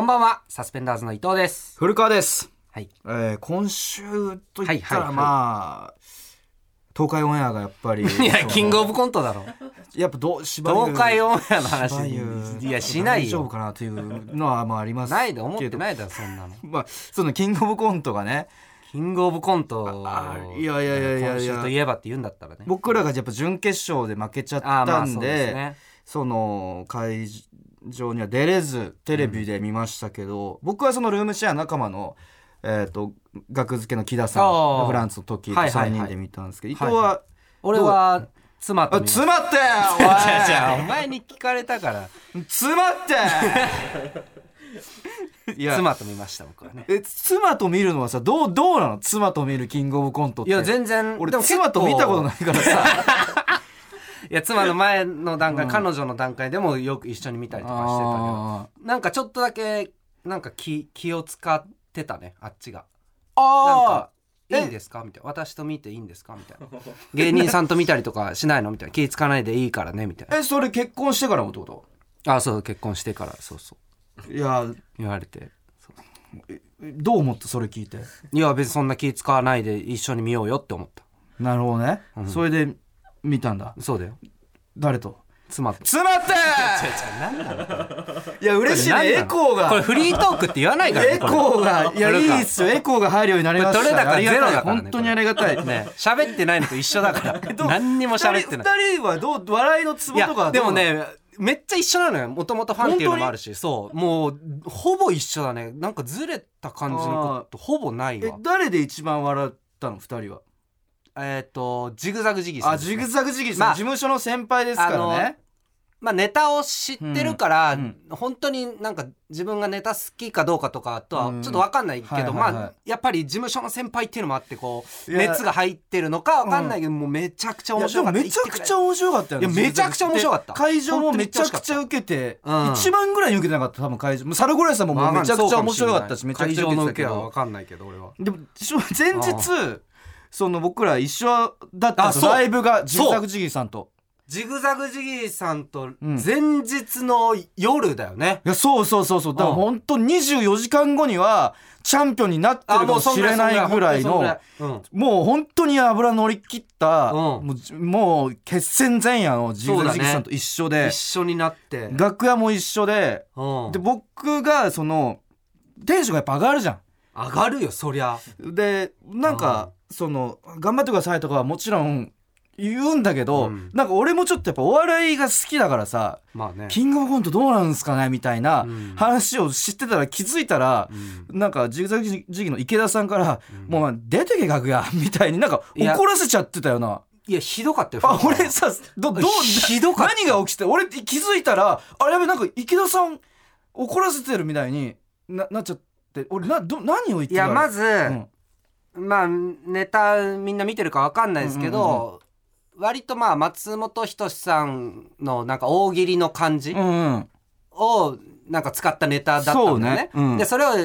ばんは、サスペンダーズの伊藤です。 古川です。 はい。 今週といったらまあ、東海オンエアがやっぱりいやキングオブコントだろ。 やっぱ東海オンエアの話いやしないよ。 大丈夫かなというのはまあありますけど。 ないで思ってないだろそんなの。 まあそのキングオブコントがね。 キングオブコントいや今週といえばって言うんだったらね。 僕らがやっぱ準決勝で負けちゃったんで、 ね、 その会場には出れずテレビで見ましたけど、僕はそのルームシェア仲間の学付けの木田さんフランスの時と3人で見たんですけど、伊藤は俺は妻と見ました。 妻ってお前に聞かれたから妻っていや妻と見ました僕はね。 妻と見るのはさどうなの？妻と見るキングオブコントって。 いや全然俺妻と見たことないからさいや妻の前の段階、彼女の段階でもよく一緒に見たりとかしてたけど、なんかちょっとだけなんか気を使ってたね、あっちが。なんかいいんですかみたいな、私と見ていいんですかみたいな、芸人さんと見たりとかしないのみたいな、気使わないでいいからねみたいな。 それ結婚してからもってこと？ そう結婚してから。そういや言われてどう思った？それ聞いて。 いや別にそんな気使わないで一緒に見ようよって思った。 なるほどね、それで見たんだ。 そうだよ。 誰と？ 妻って何なの？いや嬉しいね。エコーがこれフリートークって言わないからね。 エコーがいやいいっすよ。エコーが入るようになりました。 どれだかゼロだからね。 本当にありがたいね。 喋ってないのと一緒だから何にも喋ってない。 2人はどう笑いのツボとか。 でもねめっちゃ一緒なのよ。もともとファンっていうのもあるし。そうもうほぼ一緒だね。なんかずれた感じのことほぼないわ。 誰で一番笑ったの2人は？ ジグザグジギーさん。 ジグザグジギーさん、事務所の先輩ですからね。 ネタを知ってるから、本当になんか自分がネタ好きかどうかとかとはちょっと分かんないけど、やっぱり事務所の先輩っていうのもあってこう熱が入ってるのか分かんないけど、もうめちゃくちゃ面白かった。 めちゃくちゃ面白かったよね。 いやめちゃくちゃ面白かった。 会場もめちゃくちゃ受けて、1番ぐらい受けてなかった。多分会場サルゴレさんももうめちゃくちゃ面白かったし、めちゃくちゃ受けてたけど、会場の受けは分かんないけど俺は。でも前日その僕ら一緒だったんです。ライブがジグザグジギーさんと。 ジグザグジギーさんと前日の夜だよね。 いやそうだから本当24時間後にはチャンピオンになってるかもしれないぐらいの、もう本当に油乗り切った、もう決戦前夜のジグザグジギーさんと一緒で、 一緒になって楽屋も一緒で、で僕がそのテンションがやっぱ上がるじゃん。 上がるよそりゃ。でなんかその頑張ってくださいとかはもちろん言うんだけど、なんか俺もちょっとやっぱお笑いが好きだからさ、キングオブコントどうなんですかねみたいな話を知ってたら、気づいたら、なんかジグザグジギーの池田さんから、もう出てけ楽屋みたいになんか怒らせちゃってたよな。 いやひどかったよ。 俺さひどかった。 何が起きて俺気づいたらやべなんか池田さん怒らせてるみたいに なっちゃって、俺何を言ってた？ いやまず、まあネタみんな見てるか分かんないですけど、割とまあ松本人志さんのなんか大喜利の感じをなんか使ったネタだったんだよね。でそれを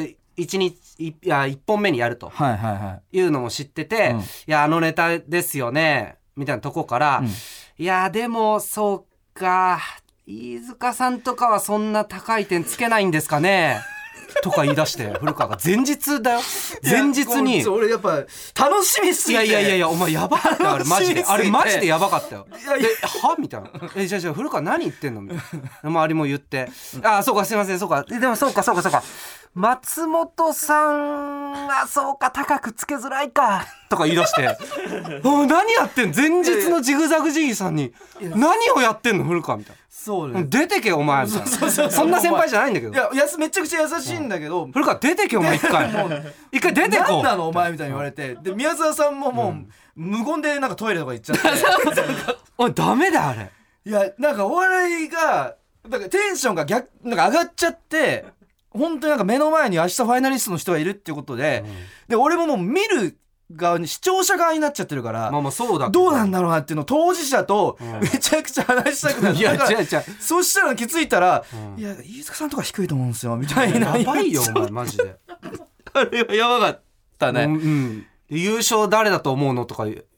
1本目にやるというのも知ってて、いやネタですよねみたいなとこから、いやでもそうか飯塚さんとかはそんな高い点つけないんですかねとか言い出して、古川が前日だよ。前日に俺やっぱ楽しみすぎて。 いやお前やばかったよあれマジで。あれマジでやばかったよ。はみたいな。じゃあ古川何言ってんのみたいな。周りも言って、そうかすいませんそうか。でもそうか松本さんがそうか高くつけづらいかとか言い出して何やってんの前日のジグザグジギーさんに何をやってんの古川みたいな。そうね、出てけお前みたいな。そんな先輩じゃないんだけど。いやめちゃくちゃ優しいんだけど、 古川出てけお前一回出てこ何なのお前みたいに言われて、で宮沢さんももう無言でなんかトイレとか行っちゃっておいダメだあれ。 いやなんかお笑いがだからテンションがなんか上がっちゃって、本当になんか目の前に明日ファイナリストの人がいるっていうことで、で俺ももう見る側に視聴者側になっちゃってるから、 そうだどうなんだろうなっていうのを当事者とめちゃくちゃ話したくなる。 いや違うそしたら気づいたら、いや飯塚さんとか低いと思うんですよみたいな。 やばいよお前マジで。 あれはやばかったね。 優勝誰だと思うのとか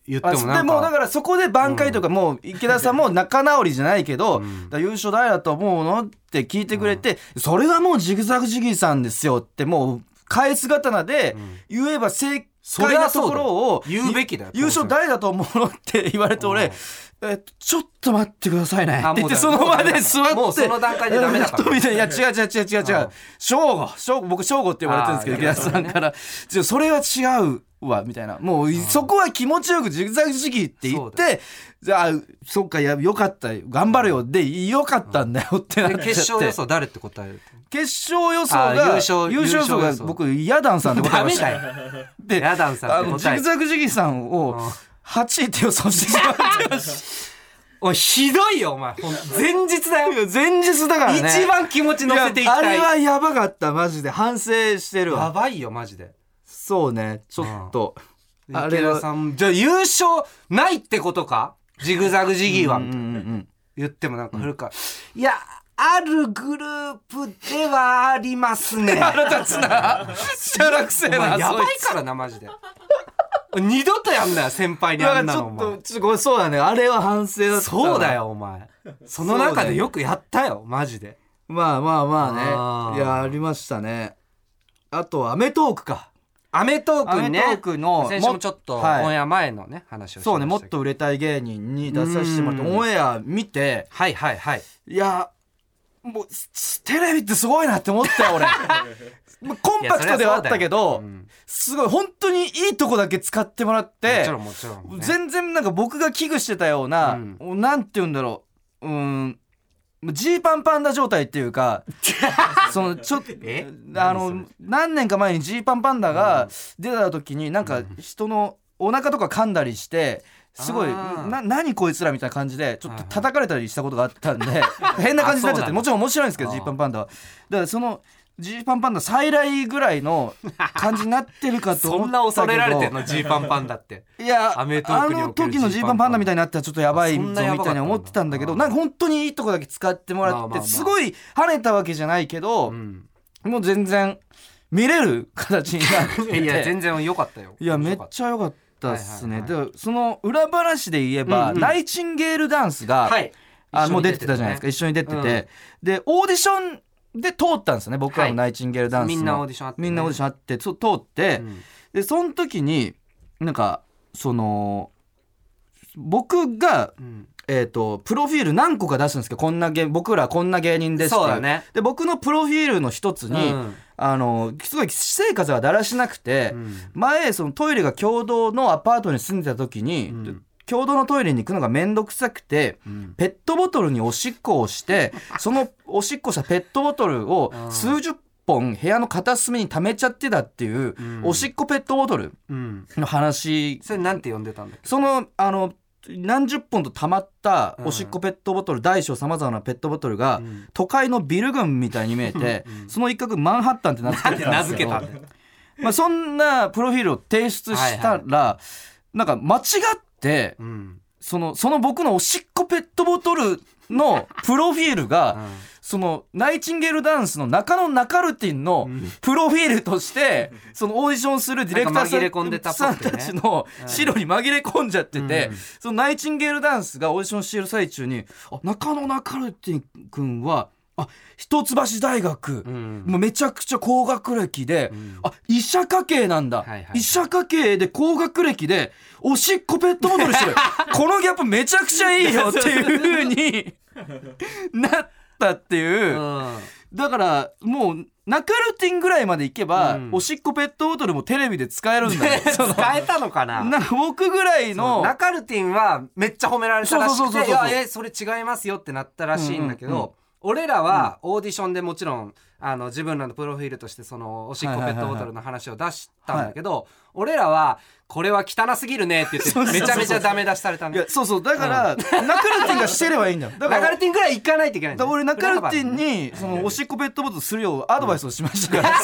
言ってもなんかでもだからそこで挽回とか、もう池田さんも仲直りじゃないけど、だ優勝誰だと思うのって聞いてくれて、それはもうジグザグジギーさんですよってもう返す刀で言えば正解なところを言うべきだよ。 優勝誰だと思うのって言われて俺、ちょっと待ってくださいねって言ってその場で座って、 もうその段階でダメだからみたいな、いや違う僕翔吾って呼ばれてるんですけど、池田さんからそれは違うわみたいな、もうそこは気持ちよくジグザグジギーって言って、じゃあそっかよかった頑張るよでよかったんだよってなっちゃって、 決勝予想誰って答える？ 決勝予想が優勝予想が僕ヤダンさんで答えました。 ダメだよ。でヤダンさんって答えジグザグジギーさんを8位って予想してしまってましおいひどいよお前。前日だよ。 前日だからね。 一番気持ち乗せていきたい。 あれはやばかったマジで、反省してるわ。 やばいよマジで。 そうねちょっと、 あれはさんじゃあ優勝ないってことか、ジグザグジギーは、言ってもなんか古川、いやあるグループではありますね。 腹立つな。しゃらくせえな。 やばいからなマジで。二度とやんなよ先輩にあんなの。 ちょっとそうだね、あれは反省だった。 そうだよお前。その中でよくやったよマジで。 まあね、いやありましたね。あとアメトークか。 アメトークね。 アメトークの先週もちょっとオンエア前のね話をしましたけど、 そうね、もっと売れたい芸人に出させてもらってオンエア見て、 はいはいはい、 いやもうテレビってすごいなって思ったよ俺。コンパクトではあったけど、すごい本当にいいとこだけ使ってもらって、 もちろん、ね、 全然なんか僕が危惧してたような、なんて言うんだろう、ジーパンパンダ状態っていうかそのちょっと何年か前にジーパンパンダが出た時になんか人のお腹とか噛んだりしてすごい何こいつらみたいな感じでちょっと叩かれたりしたことがあったんで変な感じになっちゃって、もちろん面白いんですけどジーパンパンダは。だからそのジーパンパンダ再来ぐらいの感じになってるかと思ったけどそんな恐れられてんのジーパンパンダって。 いやあの時のジーパンパンダみたいになったらちょっとやばいぞみたいに思ってたんだけど、なんか本当にいいとこだけ使ってもらってすごい跳ねたわけじゃないけど、もう全然見れる形になってて、 いや全然良かったよ。 いやめっちゃ良かったっすね。でその裏話で言えば、ナイチンゲールダンスが、もう出てたじゃないですか。一緒に出てて、でオーディションで通ったんですよね、僕らのナイチンゲールダンスの、 みんなオーディションあって、 みんなオーディションあって通って、でその時になんかその僕が、プロフィール何個か出すんですけど、僕らこんな芸人ですっていう。 そうだね。 で僕のプロフィールの一つに、すごい私生活がだらしなくて、前そのトイレが共同のアパートに住んでた時に、共同のトイレに行くのがめんどくさくて、ペットボトルにおしっこをしてそのおしっこしたペットボトルを数十本部屋の片隅に溜めちゃってたっていう、おしっこペットボトルの話、 それなんて呼んでたんだっけ。 その何十本と溜まったおしっこペットボトル、大小さまざまなペットボトルが、都会のビル群みたいに見えて、その一角マンハッタンって名付けてたんですけど、まあそんなプロフィールを提出したら、なんか間違ってその僕のおしっこペットボトルのプロフィールが、そのナイチンゲールダンスの中野ナカルティンのプロフィールとして、そのオーディションするディレクターさんたちの資料に紛れ込んじゃってて、そのナイチンゲールダンスがオーディションしてる最中に、中野ナカルティン君は一橋大学、もうめちゃくちゃ高学歴で、医者家系なんだ、医者家系で高学歴でおしっこペットボトルしてるこのギャップめちゃくちゃいいよっていう風になったっていう、だからもうナカルティンぐらいまでいけば、おしっこペットボトルもテレビで使えるんだよ使えたのかな。 僕ぐらいのナカルティンはめっちゃ褒められたらしくて、いやそれ違いますよってなったらしいんだけど、俺らはオーディションでもちろん自分らのプロフィールとしてそのおしっこペットボトルの話を出したんだけど、俺らはこれは汚すぎるねって言ってめちゃめちゃダメ出しされたんだよ。 そうだから、ナカルティンがしてればいいんだよ。だからナカルティンぐらい行かないといけないんだよ。 俺ナカルティンにそのおしっこペットボトルするようアドバイスをしましたから、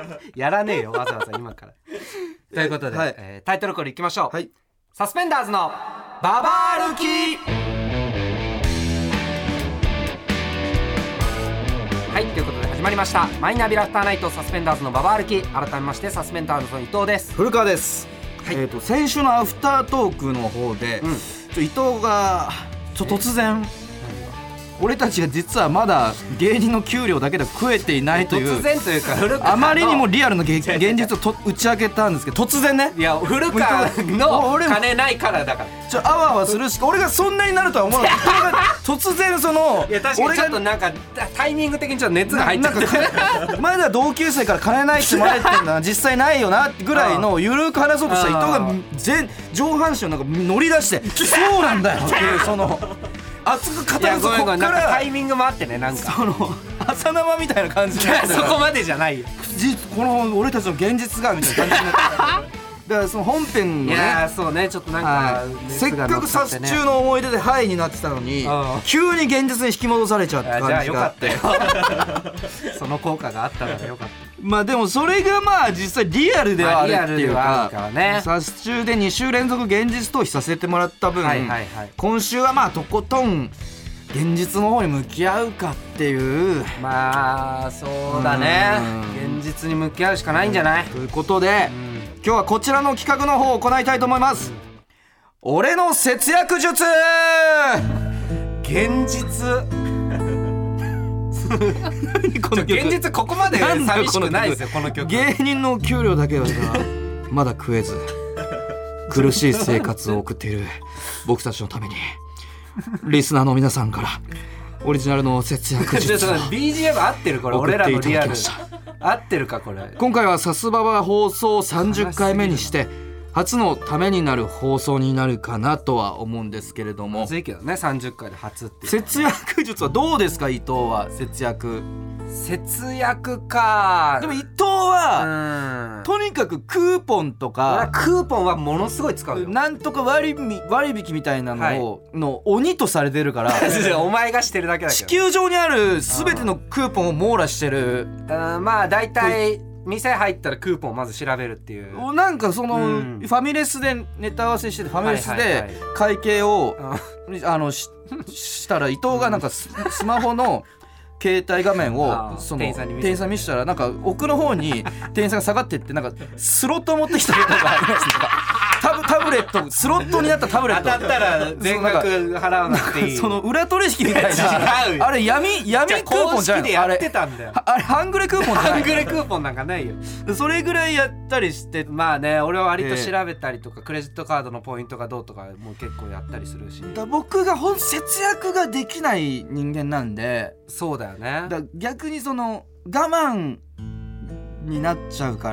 やらねえよわざわざ今からということで、タイトルコールいきましょう。サスペンダーズのババ歩き。はい、ということで始まりましたマイナビラフターナイトサスペンダーズのババ歩き。改めましてサスペンダーズの伊藤です。 古川です。 先週のアフタートークの方で、伊藤が突然俺たちが実はまだ芸人の給料だけで食えていないという突然というかあまりにもリアルな現実を打ち明けたんですけど、突然ね、 いや古川の金ないからだからあわあわするし、俺がそんなになるとは思わなかった。突然そのいや確かにちょっとなんかタイミング的にちょっと熱が入っちゃってまだ同級生から金ないって言われてるのは実際ないよなぐらいのゆるく話そうとした伊藤が上半身をなんか乗り出してそうなんだよっていうその熱く語るぞ。こっからなんかタイミングもあってね、なんかその朝生みたいな感じでそこまでじゃないよこの俺たちの現実がみたいな感じになってだからその本編のね、 いやそうね、ちょっとなんか、 せっかく撮中の思い出でハイになってたのに急に現実に引き戻されちゃった感じがあって、 じゃあよかったよその効果があったからよかった。 まあでもそれがまあ実際リアルではあるっていうか、撮中で2週連続現実逃避させてもらった分、今週はまあとことん現実の方に向き合うかっていう、 まあそうだね、現実に向き合うしかないんじゃない、 ということで、今日はこちらの企画の方を行いたいと思います。俺の節約術。 現実この曲現実ここまで寂しくないですよこの曲。 芸人の給料だけはまだ食えず苦しい生活を送っている僕たちのためにリスナーの皆さんからオリジナルの節約術を BGM 合ってるこれ、俺らのリアル合ってるかこれ。 今回はさすばば放送30回目にして初のためになる放送になるかなとは思うんですけれども、 まずいけどね30回で初っていう。 節約術はどうですか伊藤は。節約か。 でも伊藤はとにかくクーポンとか、 クーポンはものすごい使うよ。 なんとか割引みたいなのを、の鬼とされてるからお前がしてるだけだけど、 地球上にある全てのクーポンを網羅してる。 まあ大体店入ったらクーポンをまず調べるっていう。 なんかその、ファミレスでネタ合わせしててファミレスで会計を、したら伊藤がなんかスマホの携帯画面をその店員さん見せたら、なんか奥の方に店員さんが下がってってなんかスロット持ってきたことがありますね。タブレット、スロットになったタブレット当たったら全額払わなくていい。 その裏取引みたいなあれ闇クーポンじゃないの。 あれやってたんだよ。 あれ半グレクーポンじゃない。 半グレクーポンなんかないよ。 それぐらいやったりして、 まあね、俺は割と調べたりとか、クレジットカードのポイントがどうとかもう結構やったりするし。 僕が節約ができない人間なんで。 そうだよね。 逆にその我慢になっちゃうから、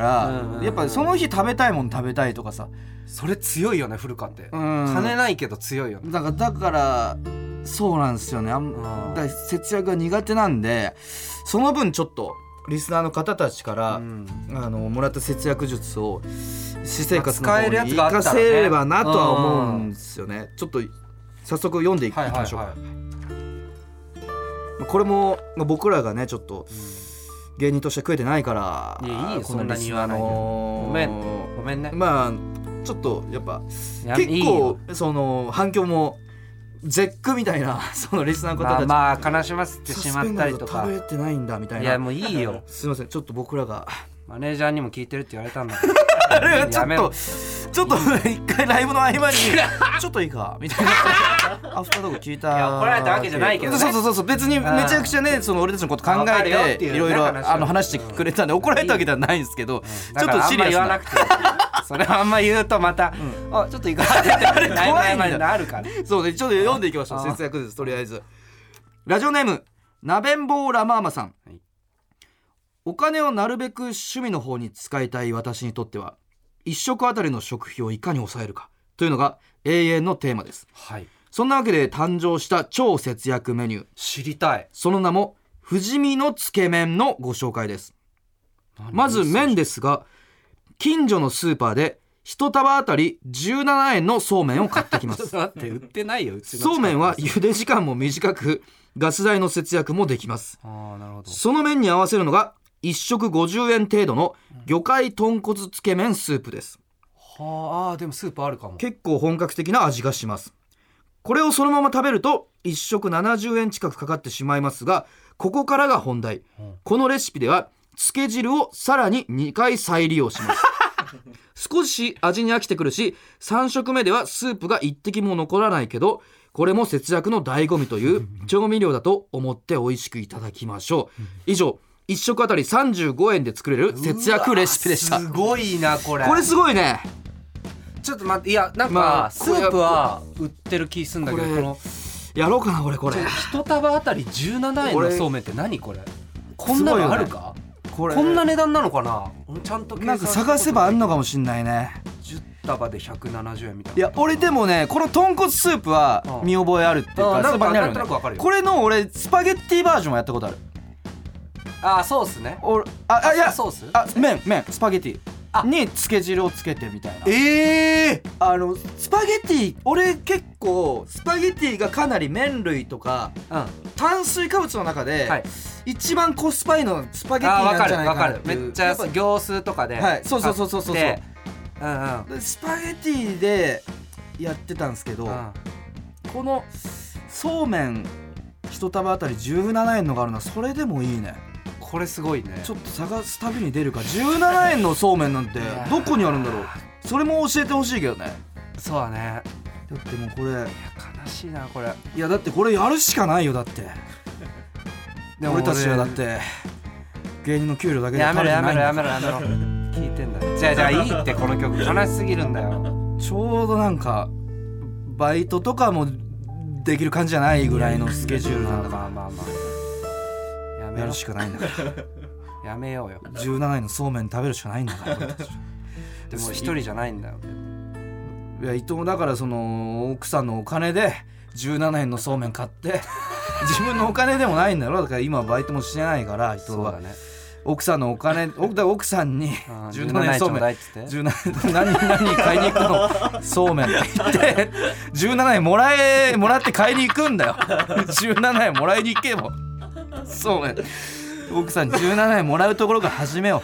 やっぱその日食べたいもん食べたいとかさ。 それ強いよね、古川って。金ないけど強いよね。 だからそうなんですよね。だから節約が苦手なんで、その分ちょっとリスナーの方たちから、もらった節約術を私生活の方に生かせればなとは思うんですよね。ちょっと早速読んでいきましょうか。これも僕らがねちょっと芸人として食えてないから、 いいよ、そんなに言わないで。ごめんね。 まあちょっとやっぱ結構その反響も絶句みたいな、そのリスナーの方たちまあ悲しませてしまったりとか、 食べてないんだみたいな。 いやもういいよすいません、ちょっと僕らがマネージャーにも聞いてるって言われたんだあれはちょっと一回ライブの合間にちょっといいかみたいなアフタートーク聞いた。 いや怒られたわけじゃないけどね。 そう別にめちゃくちゃね、その俺たちのこと考えていろいろ話してくれたんで怒られたわけではないんですけど、ちょっとシリアスな。 それはあんま言うとまたちょっといいかって怖いんだ。あるから。 そうね、ちょっと読んでいきましょう。節約です。とりあえずラジオネームなべんぼうラマーマさん。お金をなるべく趣味の方に使いたい私にとっては、一食あたりの食費をいかに抑えるかというのが永遠のテーマです。そんなわけで誕生した超節約メニュー、 知りたい。 その名も富士見のつけ麺のご紹介です。まず麺ですが、近所のスーパーで1束あたり17円のそうめんを買ってきます。 ちょっと待って、売ってないよ。 そうめんは茹で時間も短く、ガス代の節約もできます。 なるほど。 その麺に合わせるのが1食50円程度の魚介豚骨つけ麺スープです。 でもスープあるかも。 結構本格的な味がします。これをそのまま食べると1食70円近くかかってしまいますが、ここからが本題。このレシピではつけ汁をさらに2回再利用します。 少し味に飽きてくるし、3食目ではスープが一滴も残らないけど、これも節約の醍醐味という調味料だと思って美味しくいただきましょう。以上、1食あたり35円で作れる節約レシピでした。 すごいなこれ。 これすごいね。 ちょっと待って、いやなんかスープは売ってる気すんだけど、このやろうかな俺これ。 1束あたり17円のそうめんって何これ。こんなのあるか、こんな値段なのかな。ちゃんとなんか探せばあんのかもしんないね。 10束で170円みたいな。 いや俺でもね、この豚骨スープは見覚えあるっていうか、 なんかなんとなくわかるよ。これの俺スパゲッティバージョンもやったことある。 あ、ソースね。 いやソース、 麺スパゲッティにつけ汁をつけてみたいな。スパゲッティ、俺結構スパゲッティがかなり麺類とか、炭水化物の中で、一番コスパいいのスパゲッティなんじゃないかなっていう。 めっちゃ業数とかで、 そうスパゲッティでやってたんですけど、このそうめん一束あたり17円のがあるのはそれでもいいね。 これすごいね。 ちょっと探す旅に出るか。17円のそうめんなんてどこにあるんだろう。それも教えてほしいけどね。 そうだね。 だってもうこれ、いや悲しいなこれ。 いやだってこれやるしかないよ。だってでも俺たちはだって芸人の給料だけで食べてないんだ。 やめろ聞いてんだよ。じゃあいいって、この曲悲しすぎるんだよ。 ちょうどなんかバイトとかもできる感じじゃないぐらいのスケジュールなんだから、まあやるしかないんだからやめようよ。 17円のそうめん食べるしかないんだからでも一人じゃないんだよ。 いや伊藤だから、その奥さんのお金で17円のそうめん買って自分のお金でもないんだろ。だから今はバイトもしてないから伊藤は。そうだね。奥さんのお金、奥さんに17円そうめん何買いに行くのそうめんって言って17円もらって買いに行くんだよ17円もらいに行けばそうめん奥さんに17円もらうところから始めよ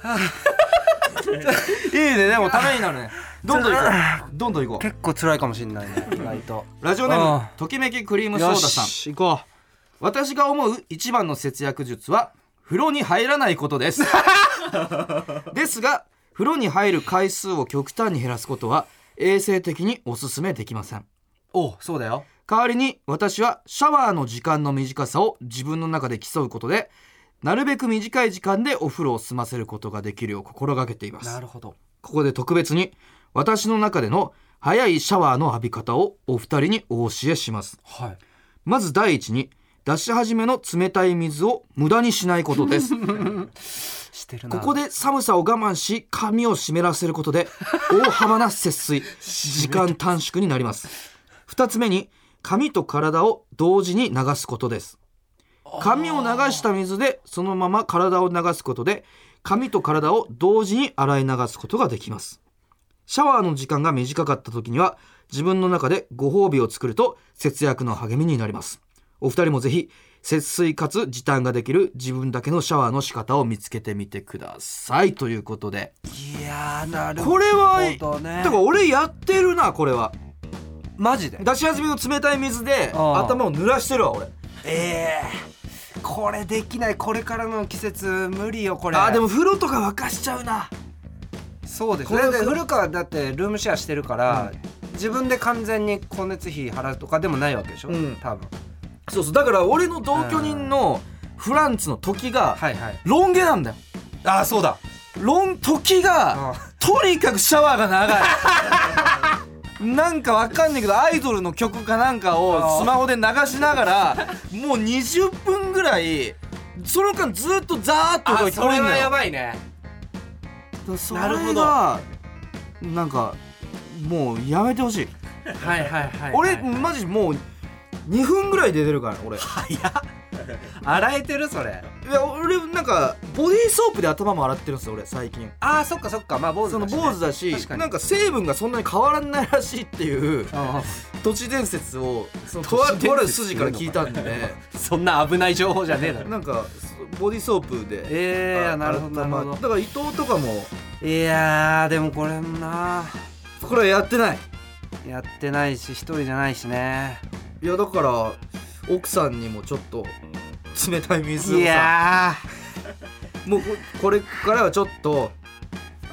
ういいね。でもためになるね。どんどん行こう。 結構辛いかもしんないね。 ラジオネームときめきクリームソーダさん。 行こう。 私が思う一番の節約術は風呂に入らないことですですが、風呂に入る回数を極端に減らすことは衛生的におすすめできません。 そうだよ。 代わりに私はシャワーの時間の短さを自分の中で競うことで、なるべく短い時間でお風呂を済ませることができるよう心がけています。 なるほど。 ここで特別に私の中での早いシャワーの浴び方をお二人にお教えします。まず第一に、出し始めの冷たい水を無駄にしないことですしてるな。 ここで寒さを我慢し髪を湿らせることで大幅な節水時間短縮になります。2つ目に、髪と体を同時に流すことです。髪を流した水でそのまま体を流すことで髪と体を同時に洗い流すことができます。シャワーの時間が短かった時には自分の中でご褒美を作ると節約の励みになります。お二人もぜひ節水かつ時短ができる自分だけのシャワーの仕方を見つけてみてくださいということで。 いやー、なるほどね。 これはだから俺やってるな。これはマジで出し始めの冷たい水で頭を濡らしてるわ俺。 これできない。これからの季節無理よこれ。 でも風呂とか沸かしちゃうな。 そうですね。古川だってルームシェアしてるから、自分で完全に光熱費払うとかでもないわけでしょ、多分。 そうだから俺の同居人のフランツの時がロン毛なんだよ。 そうだ。 時がとにかくシャワーが長いなんかわかんないけどアイドルの曲かなんかをスマホで流しながらもう20分ぐらいその間ずっとザーッと聞こえるんだよ。それはやばいね。 なるほど。なんかもうやめてほしい。俺マジもう2分ぐらいで出るから俺。 早っ。洗えてるそれ。 いや俺なんかボディーソープで頭も洗ってるんですよ俺最近。 そっか。まあ坊主だし、ね、 坊主だしなんか成分がそんなに変わらないらしいっていう都市伝説をとある筋から聞いたんでそんな危ない情報じゃねえだろ。 なんかボディーソープでなるほどなるほど。 だから伊藤とかもでもこれな、 これやってないし一人じゃないしね。 いやだから奥さんにもちょっと冷たい水をさもうこれからはちょっと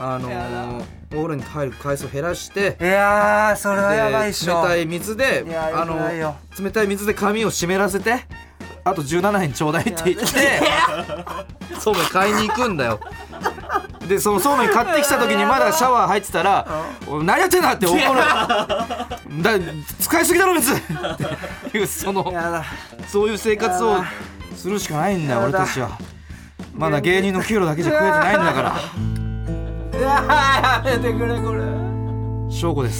お風呂に入る回数を減らして、 いやーそれはやばいっしょ。 冷たい水で冷たい水で髪を湿らせて、あと17円ちょうだいって言ってそうめん買いに行くんだよ。でそのそうめん買ってきた時にまだシャワー入ってたら何やってんだって怒る使いすぎだろ別っていうそういう生活をするしかないんだよ俺たちは。まだ芸人の給料だけじゃ食えてないんだから。 やめてくれこれ。 翔吾です。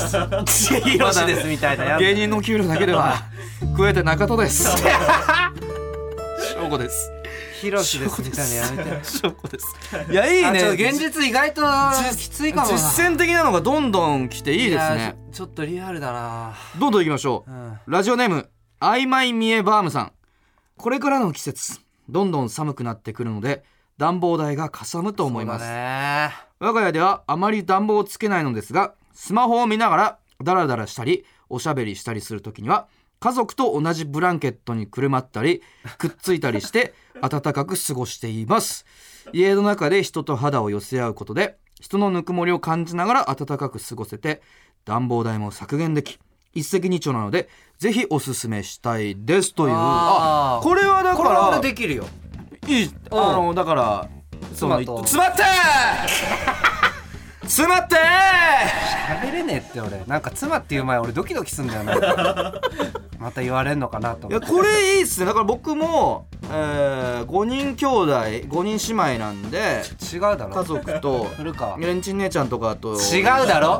ヒロシですみたいな。 芸人の給料だけでは食えて中戸です。翔吾です。 ヒロシですみたいなやめて。 翔吾です。いやいいね。 現実意外ときついかもな。 実践的なのがどんどん来ていいですね。 ちょっとリアルだな。 どんどん行きましょう。ラジオネーム曖昧見えバームさん。これからの季節どんどん寒くなってくるので暖房代がかさむと思います。我が家ではあまり暖房をつけないのですが、スマホを見ながらダラダラしたりおしゃべりしたりするときには家族と同じブランケットにくるまったりくっついたりして暖かく過ごしています。家の中で人と肌を寄せ合うことで人のぬくもりを感じながら暖かく過ごせて暖房代も削減でき一石二鳥なのでぜひおすすめしたいですという。これはだからこれできるよ。 いいだから詰まって喋れねえって俺なんか妻っていう前俺ドキドキすんだよなまた言われんのかなと思って。 いやこれいいっすね。だから僕も、5人兄弟5人姉妹なんで違うだろ家族とレンチン姉ちゃんとかと違うだろ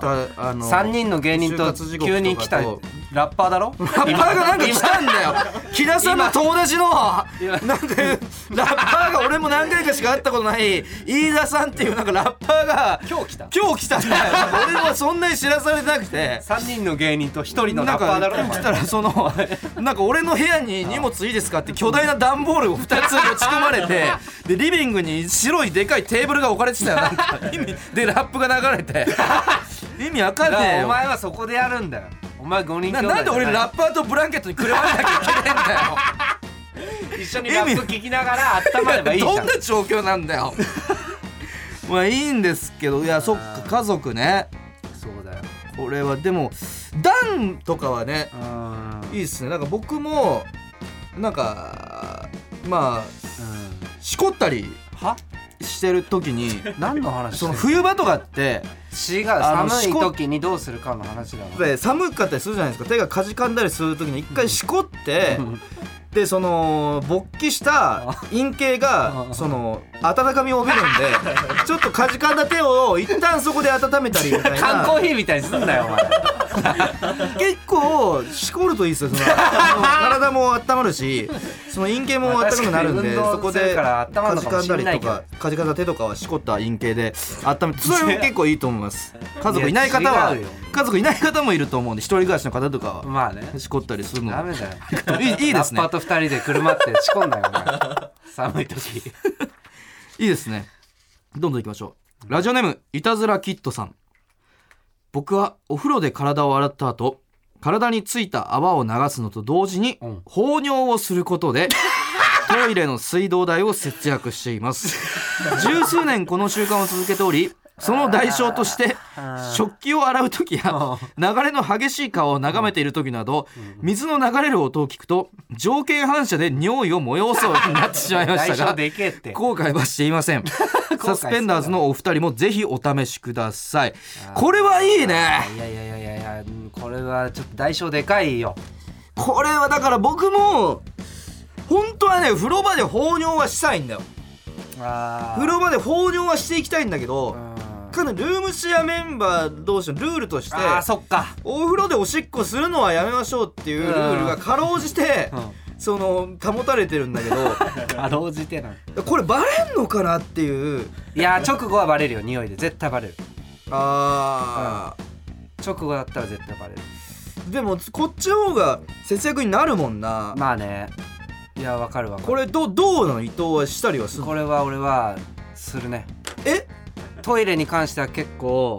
3人の芸人と急に来たラッパーだろラッパーがなんか来たんだよ木田さんの友達のなんかラッパーが俺も何回かしか会ったことない飯田さんっていうなんかラッパーが今日来たんだよ俺はそんなに知らされてなくて 3人の芸人と1人のラッパーだろ。 来たらなんか俺の部屋に荷物いいですかって巨大な段ボールを2つ持ち込まれてでリビングに白いでかいテーブルが置かれてたよなんかでラップが流れて意味わかんねえよ。 お前はそこでやるんだよ。お前5人兄弟なんで俺ラッパーとブランケットにくるまなきゃいけないんだよ一緒にラップ聞きながら温まればいいじゃん。 どんな状況なんだよまあいいんですけど。いやそっか家族ね。 そうだよ。 これはでも暖とかはねいいっすね。なんか僕もなんかまあしこったりしてる時に何の話その冬場とかって違う寒い時にどうするかの話だわ。寒かったりするじゃないですか。手がかじかんだりする時に一回しこってでその勃起した陰茎がその温かみを帯びるんでちょっとかじかんだ手を一旦そこで温めたりみたいな缶コーヒーみたいにすんなよお前結構しこるといいですよ。その体も温まるしその陰茎も温かくなるんでそこでかじかんだりとかかじかんだ手とかはしこった陰茎で温めてそれも結構いいと思います。家族いない方もいると思うんで一人暮らしの方とかはまあねしこったりするのダメだよいいですね。 ラッパーと2人で車って仕込んだよお前寒い時いいですね。どんどんいきましょう。ラジオネームいたずらキッドさん。僕はお風呂で体を洗った後体についた泡を流すのと同時に放尿をすることでトイレの水道代を節約しています。十数年この習慣を続けておりその代償として食器を洗う時や流れの激しい川を眺めている時など水の流れる音を聞くと条件反射で尿意を催そうになってしまいましたが後悔はしていません。サスペンダーズのお二人もぜひお試しください。これはいいね。 いやこれはちょっと代償でかいよ。 これはだから僕も本当はね風呂場で放尿はしたいんだよ。風呂場で放尿はしていきたいんだけどルームシェアメンバー同士のルールとしてそっかお風呂でおしっこするのはやめましょうっていうルールがかろうじてその保たれてるんだけどかろうじてなこれバレんのかなっていう。 いや直後はバレるよ。匂いで絶対バレる。 直後だったら絶対バレる。 でもこっちの方が節約になるもんな。 まあね。いやわかる。 これどうなの伊藤はしたりはするの？ これは俺はするね。トイレに関しては結構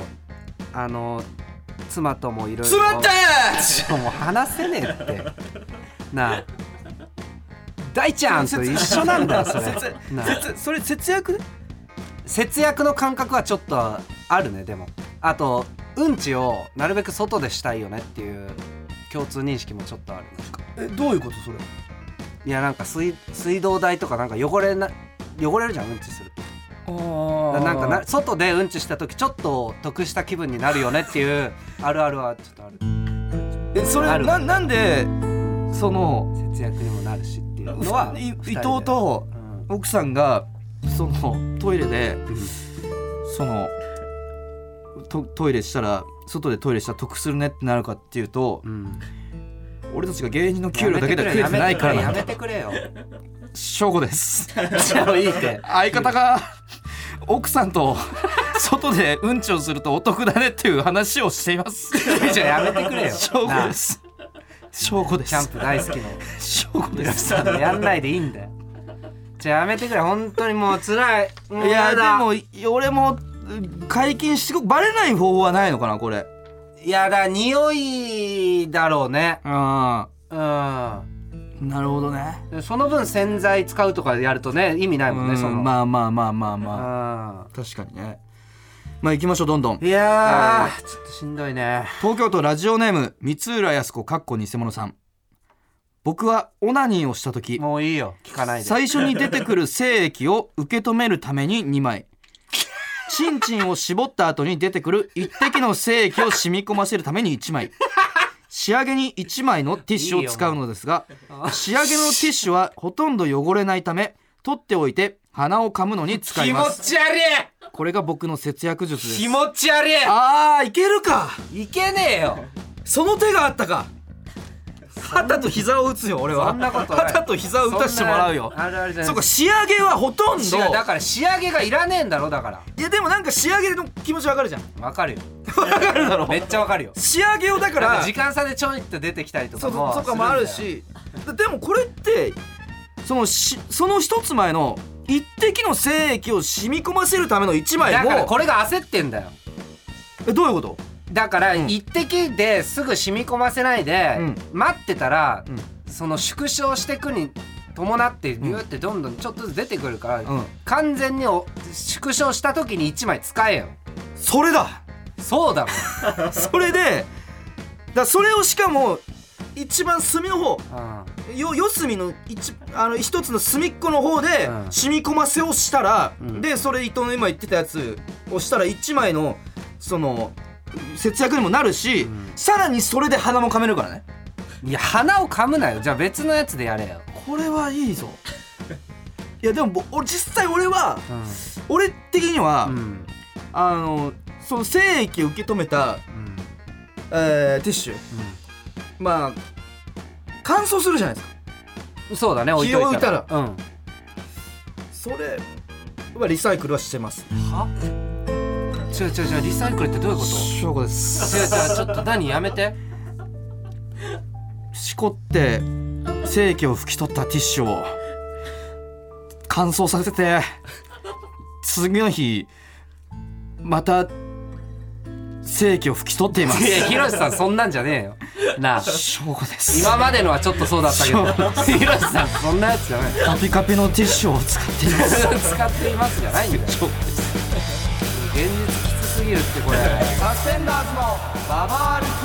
妻ともいろいろ詰まったもう話せねえってなあ大ちゃんと一緒なんだよそれそれ節約節約の感覚はちょっとあるね。でもあとうんちをなるべく外でしたいよねっていう共通認識もちょっとある。 なんかどういうことそれ。 いやなんか水道代とかなんか汚れるじゃんうんちすると。なんか外でうんちした時ちょっと得した気分になるよねっていうあるあるはちょっとある。 それなんでその節約にもなるしっていうのは伊藤と奥さんがそのトイレで、そのトイレしたら外でトイレしたら得するねってなるかっていうと、俺たちが芸人の給料だけで食えてないからやめてくれよ。 翔吾です。 じゃあいいって。 相方が奥さんと外でうんちをするとお得だねっていう話をしています。 じゃあやめてくれよ。 翔吾です。翔吾です。 キャンプ大好きの翔吾です。 やんないでいいんだよ。じゃあやめてくれ。本当にもう辛い。 いやでも俺も解禁してバレない方法はないのかなこれ。 いやだ匂いだろうね。 なるほどね。 その分洗剤使うとかやるとね意味ないもんね。そのまあ確かにね。まあ行きましょうどんどん。 いやちょっとしんどいね。 東京都ラジオネーム三浦靖子偽物さん。僕はオナニーをした時、 もういいよ聞かないで。 最初に出てくる精液を受け止めるために2枚、チンチンを絞った後に出てくる1滴の精液を染み込ませるために1枚、仕上げに1枚のティッシュを使うのですが、仕上げのティッシュはほとんど汚れないため取っておいて鼻を噛むのに使います。 気持ち悪い。 これが僕の節約術です。 気持ち悪い。 いけるか。 いけねえよ。 その手があったか。肩と膝を打つよ俺は。 そんなことない。 肩と膝を打たせてもらうよ。 あるあるじゃない。 そうか仕上げはほとんど。 だから仕上げがいらねえんだろ。だからいやでもなんか仕上げの気持ちわかるじゃん。 わかるよ。 わかるだろ。 めっちゃわかるよ。 仕上げをだから時間差でちょいって出てきたりとかもそうかもあるし、でもこれってその一つ前の一滴の精液を染み込ませるための1枚も。 だからこれが焦ってんだよ。 どういうこと？ だから一滴ですぐ染み込ませないで、待ってたら、その縮小してくに伴ってビューってどんどんちょっとずつ出てくるから、完全に縮小した時に1枚使えよ。 それだ。 そうだもん。 それでそれをしかも一番隅の方、四隅の一つの隅っこの方で染み込ませをしたら、でそれ伊藤の今言ってたやつをしたら1枚のその節約にもなるし、さらにそれで鼻も噛めるからね。 いや鼻を噛むなよ。じゃあ別のやつでやれよ。 これはいいぞ。いやでも実際俺は、俺的には、その精液を受け止めた、ティッシュ、まあ乾燥するじゃないですか。 そうだね。置いといたら。 それはリサイクルはしてます。 は？違うリサイクルってどういうこと？ 証拠です。 違うちょっと何やめて。 しこって精液を拭き取ったティッシュを乾燥させて次の日また精液を拭き取っています。 いやひろしさんそんなんじゃねえよなあ。 証拠です。 今までのはちょっとそうだったけどひろしさんそんなやつじゃない。 カピカピのティッシュを使っています。 使っていますじゃないんだよ。証拠です。現実きつすぎるってこれ。サスペンダーズのババ歩き。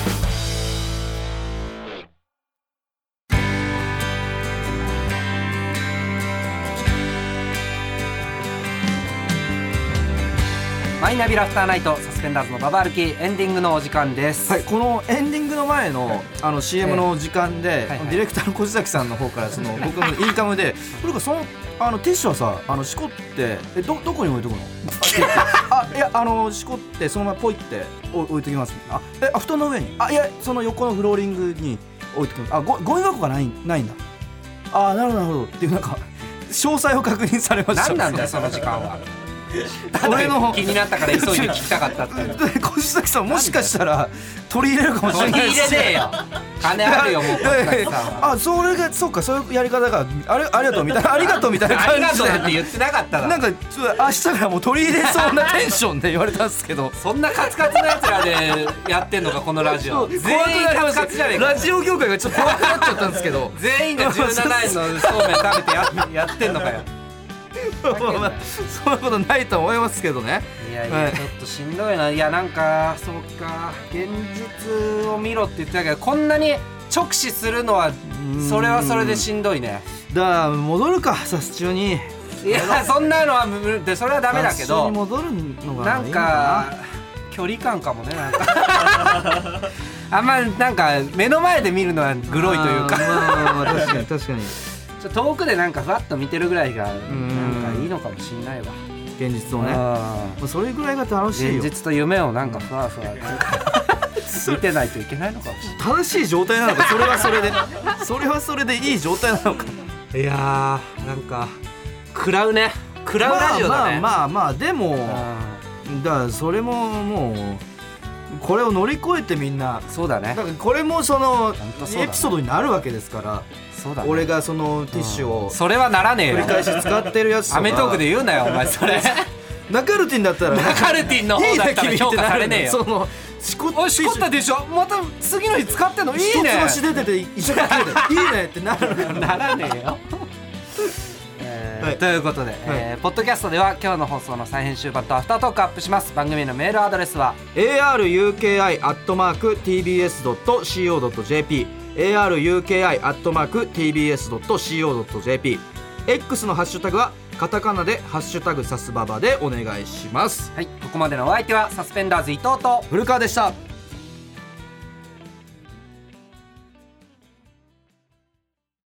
マイナビラフターナイトサスペンダーズのババ歩きエンディングのお時間です。 はい、このエンディングの前のCM の時間で、ディレクターの小崎さんの方からその僕のインカムでこれがそのティッシュはさしこってどこに置いとくの？いやしこってそのままポイって置いときます。布団の上に？いやその横のフローリングに置いとくの。ゴミ箱がないんだ。なるほどっていうなんか詳細を確認されました。 何なんだよその時間は。俺の気になったから急いで聞きたかったって。 小崎さんもしかしたら取り入れるかもしれないです。 取り入れねえよ。金あるよもう小崎さんは。 それがそうかそういうやり方がありがとうみたいなありがとうみたいな感じで。 ありがとうって言ってなかったら。 なんか明日からもう取り入れそうなテンションで言われたんですけど。 そんなカツカツのやつらでやってんのかこのラジオ。全員カツカツじゃねえか。 ラジオ業界がちょっと怖くなっちゃったんですけど。 全員が17円のそうめん食べてやってんのかよ。 そんなことないと思いますけどね。 いやいや、ちょっとしんどいな。いやなんかそうか、現実を見ろって言ってたけど、こんなに直視するのはそれはそれでしんどいね。 だから戻るか、サス中に。 いやそんなのはそれはダメだけど、 サス中に戻るのがなんか距離感かもね、なんかあんまなんか目の前で見るのはグロいというか、 確かに確かに遠くでなんかふわっと見てるぐらいがなんかいいのかもしんないわ、 現実をね。それぐらいが楽しいよ。 現実と夢をなんかふわふわ見てないといけないのかもしれない。 正しい状態なのか、それはそれでそれはそれでいい状態なのか。 いやーなんか食らうね、食らうラジオだね。 まあでもだからそれももうこれを乗り越えてみんな、 そうだね、 だからこれもそのエピソードになるわけですから。 そうだね、 俺がそのティッシュをそれはならねえよ、 繰り返し使ってるやつとか。 アメトークで言うなよお前それナカルティンだったら、 ナカルティンの方だったら評価されねえよ。 そのしこったでしょ、また次の日使ってんのいいね、 一つ星出てて一緒に切れていいねってなるからならねえよということで、ポッドキャストでは今日の放送の再編集版とアフタートークアップします。番組のメールアドレスは aruki@tbs.co.jp aruki@tbs.co.jp X のハッシュタグはカタカナでハッシュタグサスババでお願いします。 はい、ここまでのお相手はサスペンダーズ伊藤と古川でした。